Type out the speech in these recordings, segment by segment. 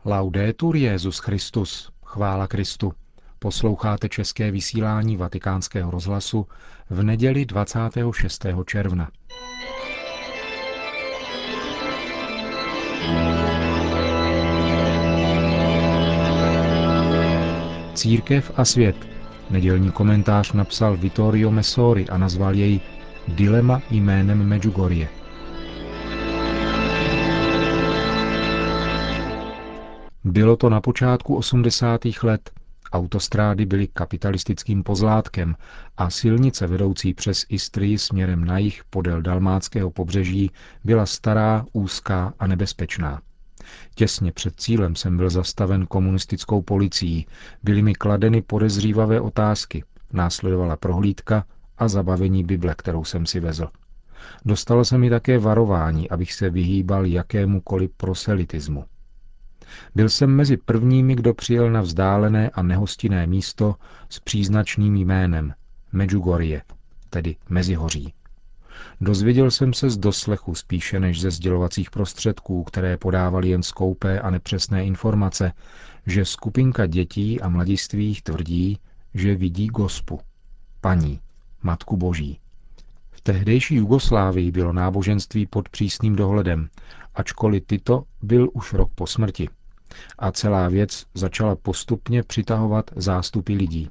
Laudetur Jesus Christus, chvála Kristu. Posloucháte české vysílání Vatikánského rozhlasu v neděli 26. června. Církev a svět. Nedělní komentář napsal Vittorio Messori a nazval jej Dilema jménem Medjugorje. Bylo to na počátku 80. let. Autostrády byly kapitalistickým pozlátkem a silnice vedoucí přes Istrii směrem na jih podél dalmátského pobřeží byla stará, úzká a nebezpečná. Těsně před cílem jsem byl zastaven komunistickou policií, byly mi kladeny podezřívavé otázky, následovala prohlídka a zabavení Bible, kterou jsem si vezl. Dostalo se mi také varování, abych se vyhýbal jakémukoliv proselitismu. Byl jsem mezi prvními, kdo přijel na vzdálené a nehostinné místo s příznačným jménem Medjugorje, tedy Mezihoří. Dozvěděl jsem se z doslechu spíše než ze sdělovacích prostředků, které podávaly jen skoupé a nepřesné informace, že skupinka dětí a mladistvých tvrdí, že vidí Gospu, Paní, Matku Boží. V tehdejší Jugoslávii bylo náboženství pod přísným dohledem, ačkoliv Tito byl už rok po smrti. A celá věc začala postupně přitahovat zástupy lidí.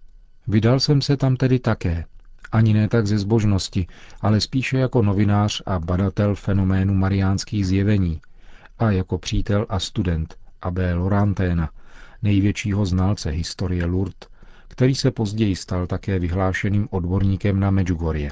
Vydal jsem se tam tedy také, ani ne tak ze zbožnosti, ale spíše jako novinář a badatel fenoménu mariánských zjevení a jako přítel a student Abbé Laurentina, největšího znalce historie Lourdes, který se později stal také vyhlášeným odborníkem na Medjugorje.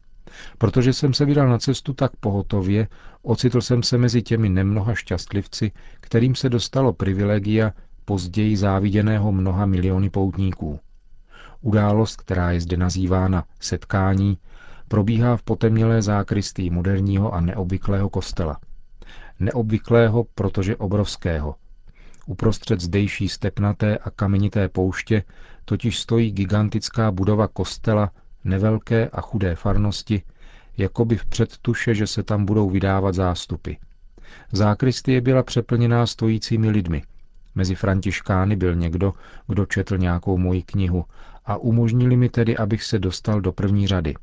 Protože jsem se vydal na cestu tak pohotově, ocitl jsem se mezi těmi nemnoha šťastlivci, kterým se dostalo privilegia později záviděného mnoha miliony poutníků. Událost, která je zde nazývána setkání, probíhá v potemnělé zákristii moderního a neobvyklého kostela. Neobvyklého, protože obrovského. Uprostřed zdejší stepnaté a kamenité pouště totiž stojí gigantická budova kostela nevelké a chudé farnosti, jakoby v předtuše, že se tam budou vydávat zástupy. Zákristie byla přeplněná stojícími lidmi. Mezi františkány byl někdo, kdo četl nějakou moji knihu a umožnili mi tedy, abych se dostal do první řady.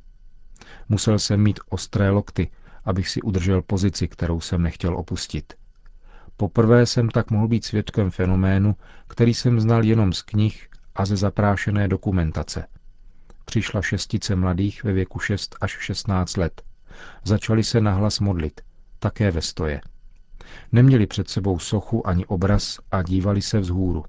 Musel jsem mít ostré lokty, abych si udržel pozici, kterou jsem nechtěl opustit. Poprvé jsem tak mohl být svědkem fenoménu, který jsem znal jenom z knih a ze zaprášené dokumentace. Přišla šestice mladých ve věku 6 až 16 let. Začali se nahlas modlit, také ve stoje. Neměli před sebou sochu ani obraz a dívali se vzhůru.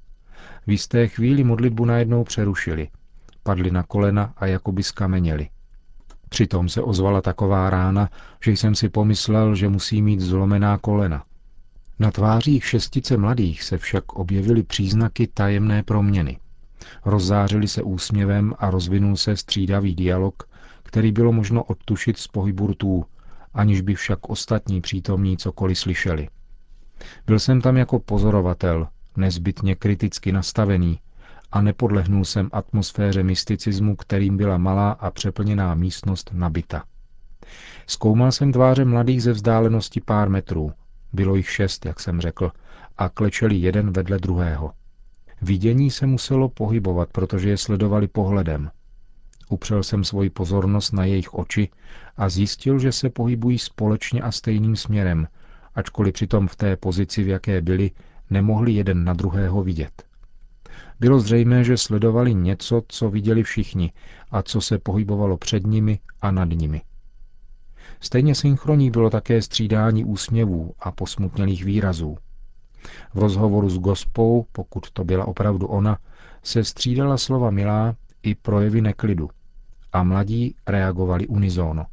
V jisté chvíli modlitbu najednou přerušili. Padli na kolena a jakoby skameněli. Přitom se ozvala taková rána, že jsem si pomyslel, že musí mít zlomená kolena. Na tvářích šestice mladých se však objevily příznaky tajemné proměny. Rozzářili se úsměvem a rozvinul se střídavý dialog, který bylo možno odtušit z pohybu rtů, aniž by však ostatní přítomní cokoliv slyšeli. Byl jsem tam jako pozorovatel, nezbytně kriticky nastavený, a nepodlehnul jsem atmosféře mysticismu, kterým byla malá a přeplněná místnost nabita. Zkoumal jsem tváře mladých ze vzdálenosti pár metrů, bylo jich 6, jak jsem řekl, a klečeli jeden vedle druhého. Vidění se muselo pohybovat, protože je sledovali pohledem. Upřel jsem svoji pozornost na jejich oči a zjistil, že se pohybují společně a stejným směrem, ačkoliv přitom v té pozici, v jaké byli, nemohli jeden na druhého vidět. Bylo zřejmé, že sledovali něco, co viděli všichni a co se pohybovalo před nimi a nad nimi. Stejně synchronní bylo také střídání úsměvů a posmutnělých výrazů. V rozhovoru s Gospou, pokud to byla opravdu ona, se střídala slova milá i projevy neklidu a mladí reagovali unisono.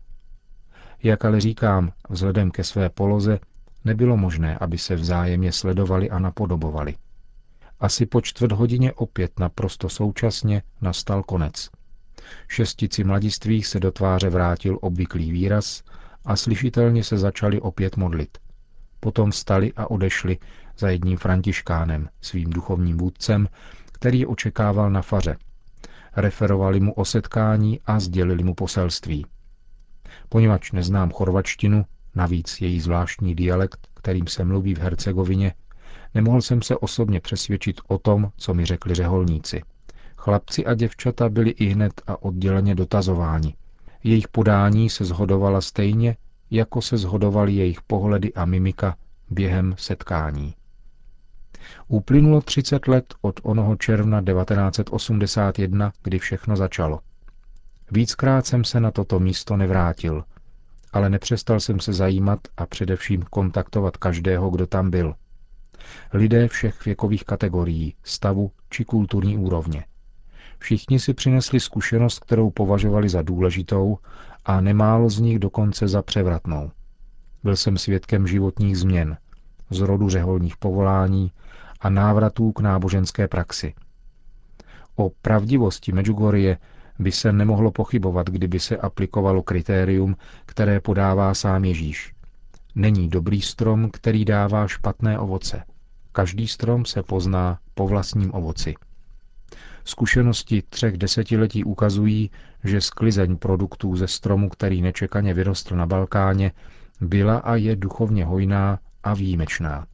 Jak ale říkám, vzhledem ke své poloze nebylo možné, aby se vzájemně sledovali a napodobovali. Asi po 4:15 opět naprosto současně nastal konec. Šestici mladistvých se do tváře vrátil obvyklý výraz a slyšitelně se začali opět modlit. Potom vstali a odešli za jedním františkánem, svým duchovním vůdcem, který je očekával na faře. Referovali mu o setkání a sdělili mu poselství. Poněvadž neznám chorvačtinu, navíc její zvláštní dialekt, kterým se mluví v Hercegovině, Nemohl jsem se osobně přesvědčit o tom, co mi řekli řeholníci. Chlapci a děvčata byli ihned a odděleně dotazováni. Jejich podání se shodovala stejně, jako se shodovaly jejich pohledy a mimika během setkání. Uplynulo 30 let od onoho června 1981, kdy všechno začalo. Víckrát jsem se na toto místo nevrátil, ale nepřestal jsem se zajímat a především kontaktovat každého, kdo tam byl. Lidé všech věkových kategorií, stavu či kulturní úrovně. Všichni si přinesli zkušenost, kterou považovali za důležitou a nemálo z nich dokonce za převratnou. Byl jsem svědkem životních změn, zrodu řeholních povolání a návratů k náboženské praxi. O pravdivosti Medjugorje by se nemohlo pochybovat, kdyby se aplikovalo kritérium, které podává sám Ježíš. Není dobrý strom, který dává špatné ovoce. Každý strom se pozná po vlastním ovoci. Zkušenosti 3 desetiletí ukazují, že sklizeň produktů ze stromu, který nečekaně vyrostl na Balkáně, byla a je duchovně hojná a výjimečná.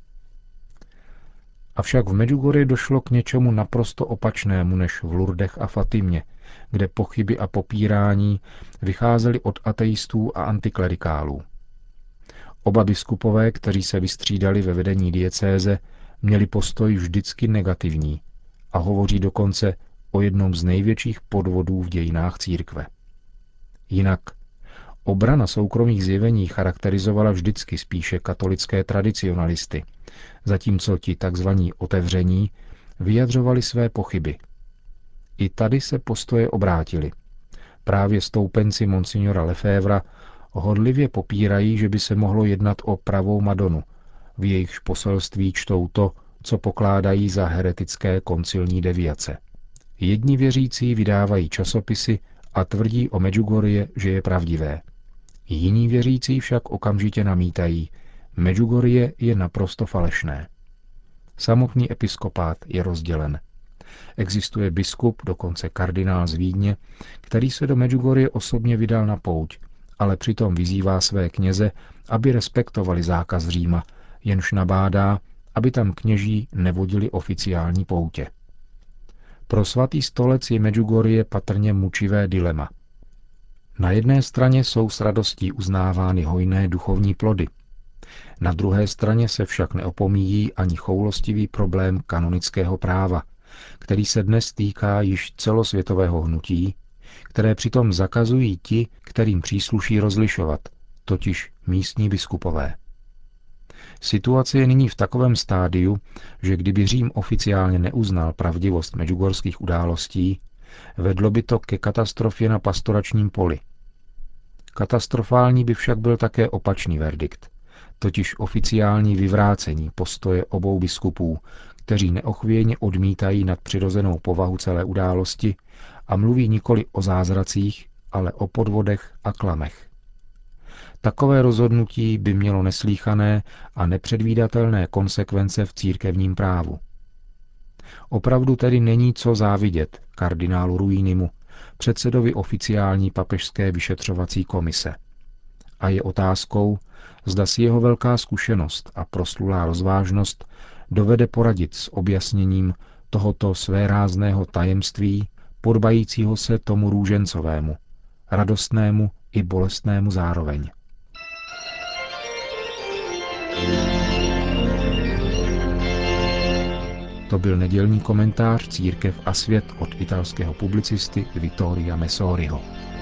Avšak v Medjugorje došlo k něčemu naprosto opačnému než v Lurdech a Fatimě, kde pochyby a popírání vycházely od ateistů a antiklerikálů. Oba biskupové, kteří se vystřídali ve vedení diecéze, měli postoj vždycky negativní a hovoří dokonce o jednom z největších podvodů v dějinách církve. Jinak, obrana soukromých zjevení charakterizovala vždycky spíše katolické tradicionalisty, zatímco ti takzvaní otevření vyjadřovali své pochyby. I tady se postoje obrátily. Právě stoupenci monsignora Lefevra horlivě popírají, že by se mohlo jednat o pravou Madonu, v jejichž poselství čtou to, co pokládají za heretické koncilní deviace. Jedni věřící vydávají časopisy a tvrdí o Medjugorje, že je pravdivé. Jiní věřící však okamžitě namítají, Medjugorje je naprosto falešné. Samotný episkopát je rozdělen. Existuje biskup, dokonce kardinál z Vídně, který se do Medjugorje osobně vydal na pouť, ale přitom vyzývá své kněze, aby respektovali zákaz Říma, jenž nabádá, aby tam kněží nevodili oficiální poutě. Pro svatý stolec je Medjugorje patrně mučivé dilema. Na jedné straně jsou s radostí uznávány hojné duchovní plody. Na druhé straně se však neopomíjí ani choulostivý problém kanonického práva, který se dnes týká již celosvětového hnutí, které přitom zakazují ti, kterým přísluší rozlišovat, totiž místní biskupové. Situace je nyní v takovém stádiu, že kdyby Řím oficiálně neuznal pravdivost medjugorských událostí, vedlo by to ke katastrofě na pastoračním poli. Katastrofální by však byl také opačný verdikt, totiž oficiální vyvrácení postoje obou biskupů, kteří neochvějně odmítají nadpřirozenou povahu celé události a mluví nikoli o zázracích, ale o podvodech a klamech. Takové rozhodnutí by mělo neslýchané a nepředvídatelné konsekvence v církevním právu. Opravdu tedy není co závidět kardinálu Ruinimu, předsedovi oficiální papežské vyšetřovací komise. A je otázkou, zda si jeho velká zkušenost a proslulá rozvážnost dovede poradit s objasněním tohoto svérázného tajemství, podbajícího se tomu růžencovému, radostnému i bolestnému zároveň. To byl nedělní komentář Církev a svět od italského publicisty Vittoria Messoriho.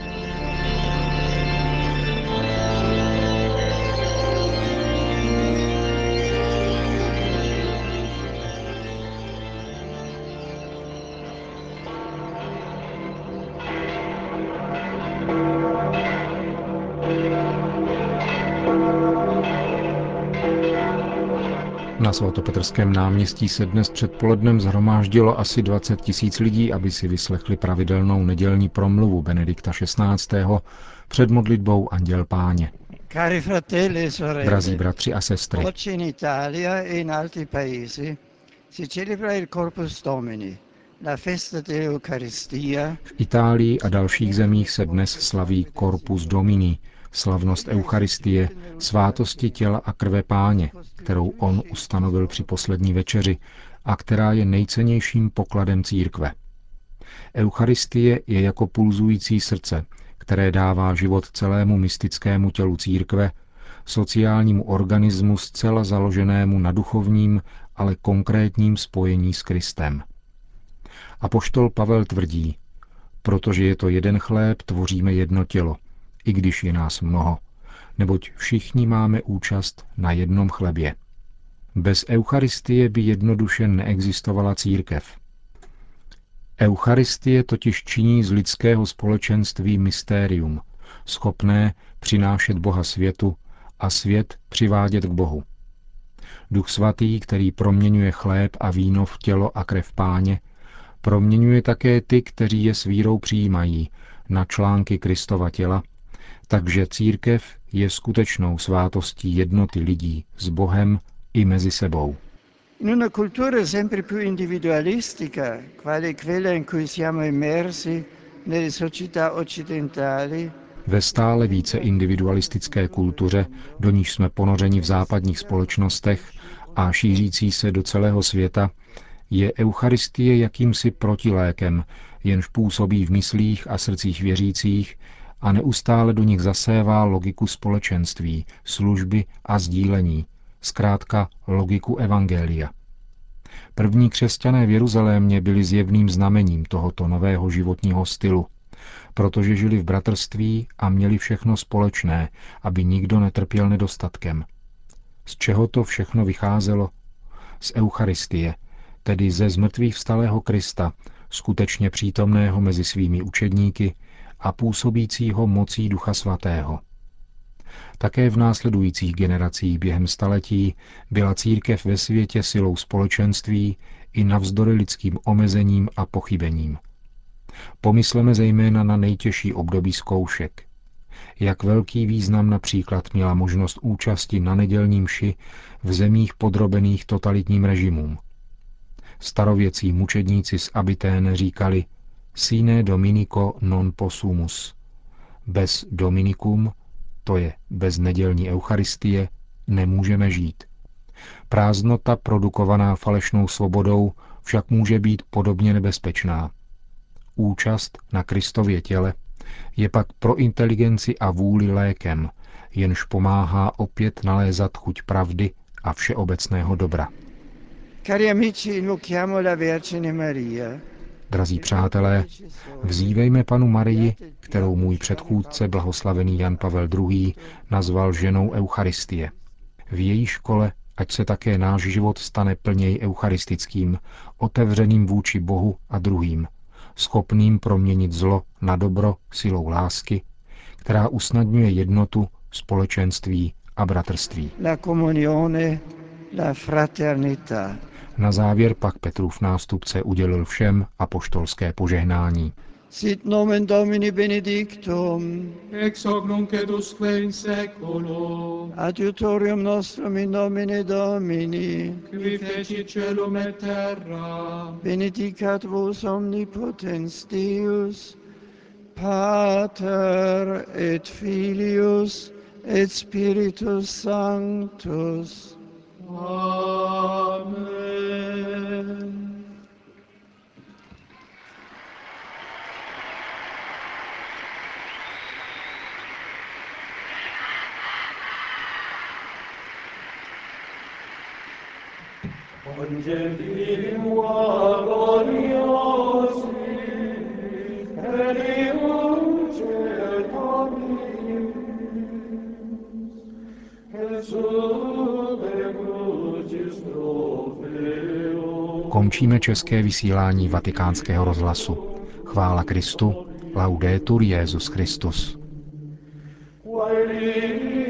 Na svatopetrském náměstí se dnes předpolednem shromáždilo asi 20 000 lidí, aby si vyslechli pravidelnou nedělní promluvu Benedikta XVI. Před modlitbou Anděl Páně. Cari fratelli e sorelle, Drazí bratři a sestry, oggi in Italia e in altri paesi si celebra il Corpus Domini, la festa dell'Eucaristia. v Itálii a dalších zemích se dnes slaví Corpus Domini, Slavnost Eucharistie, svátosti těla a krve Páně, kterou on ustanovil při poslední večeři a která je nejcennějším pokladem církve. Eucharistie je jako pulzující srdce, které dává život celému mystickému tělu církve, sociálnímu organismu zcela založenému na duchovním, ale konkrétním spojení s Kristem. Apoštol Pavel tvrdí, protože je to jeden chléb, tvoříme jedno tělo, i když je nás mnoho, neboť všichni máme účast na jednom chlebě. Bez Eucharistie by jednoduše neexistovala církev. Eucharistie totiž činí z lidského společenství mystérium, schopné přinášet Boha světu a svět přivádět k Bohu. Duch svatý, který proměňuje chléb a víno v tělo a krev Páně, proměňuje také ty, kteří je s vírou přijímají, na články Kristova těla, takže církev je skutečnou svátostí jednoty lidí s Bohem i mezi sebou. In una cultura sempre più individualistica, quale quella in cui siamo immersi nelle società occidentali, Ve stále více individualistické kultuře, do níž jsme ponořeni v západních společnostech a šířící se do celého světa, je Eucharistie jakýmsi protilékem, jenž působí v myslích a srdcích věřících a neustále do nich zasévá logiku společenství, služby a sdílení, zkrátka logiku evangelia. První křesťané v Jeruzalémě byli zjevným znamením tohoto nového životního stylu, protože žili v bratrství a měli všechno společné, aby nikdo netrpěl nedostatkem. Z čeho to všechno vycházelo? Z Eucharistie, tedy ze zmrtvých vstalého Krista, skutečně přítomného mezi svými učedníky a působícího mocí Ducha Svatého. Také v následujících generacích během staletí byla církev ve světě silou společenství i navzdory lidským omezením a pochybením. Pomysleme zejména na nejtěžší období zkoušek. Jak velký význam například měla možnost účasti na nedělní mši v zemích podrobených totalitním režimům. Starověcí mučedníci z Abiténe říkali sine dominico non possumus. Bez dominikum, to je bez nedělní eucharistie, nemůžeme žít. Prázdnota produkovaná falešnou svobodou však může být podobně nebezpečná. Účast na Kristově těle je pak pro inteligenci a vůli lékem, jenž pomáhá opět nalézat chuť pravdy a všeobecného dobra. Cari amici, invochiamo la Vergine Maria. Drazí přátelé, vzívejme Panu Marii, kterou můj předchůdce blahoslavený Jan Pavel II. Nazval ženou Eucharistie. V její škole ať se také náš život stane plněji eucharistickým, otevřeným vůči Bohu a druhým, schopným proměnit zlo na dobro silou lásky, která usnadňuje jednotu, společenství a bratrství. La comunione, la fraternità. Na závěr pak Petrův nástupce udělil všem apoštolské požehnání. Sit nomen Domini benedictum, ex hoc nunc et usque in seculum, adiutorium nostrum in nomine Domini, qui fecit celum et terra, benedicat vos omnipotens Deus, Pater et Filius et Spiritus Sanctus. Amen. Congelimua gloriosi, Elium Domini, Končíme české vysílání Vatikánského rozhlasu. Chvála Kristu, laudetur Jesus Christus.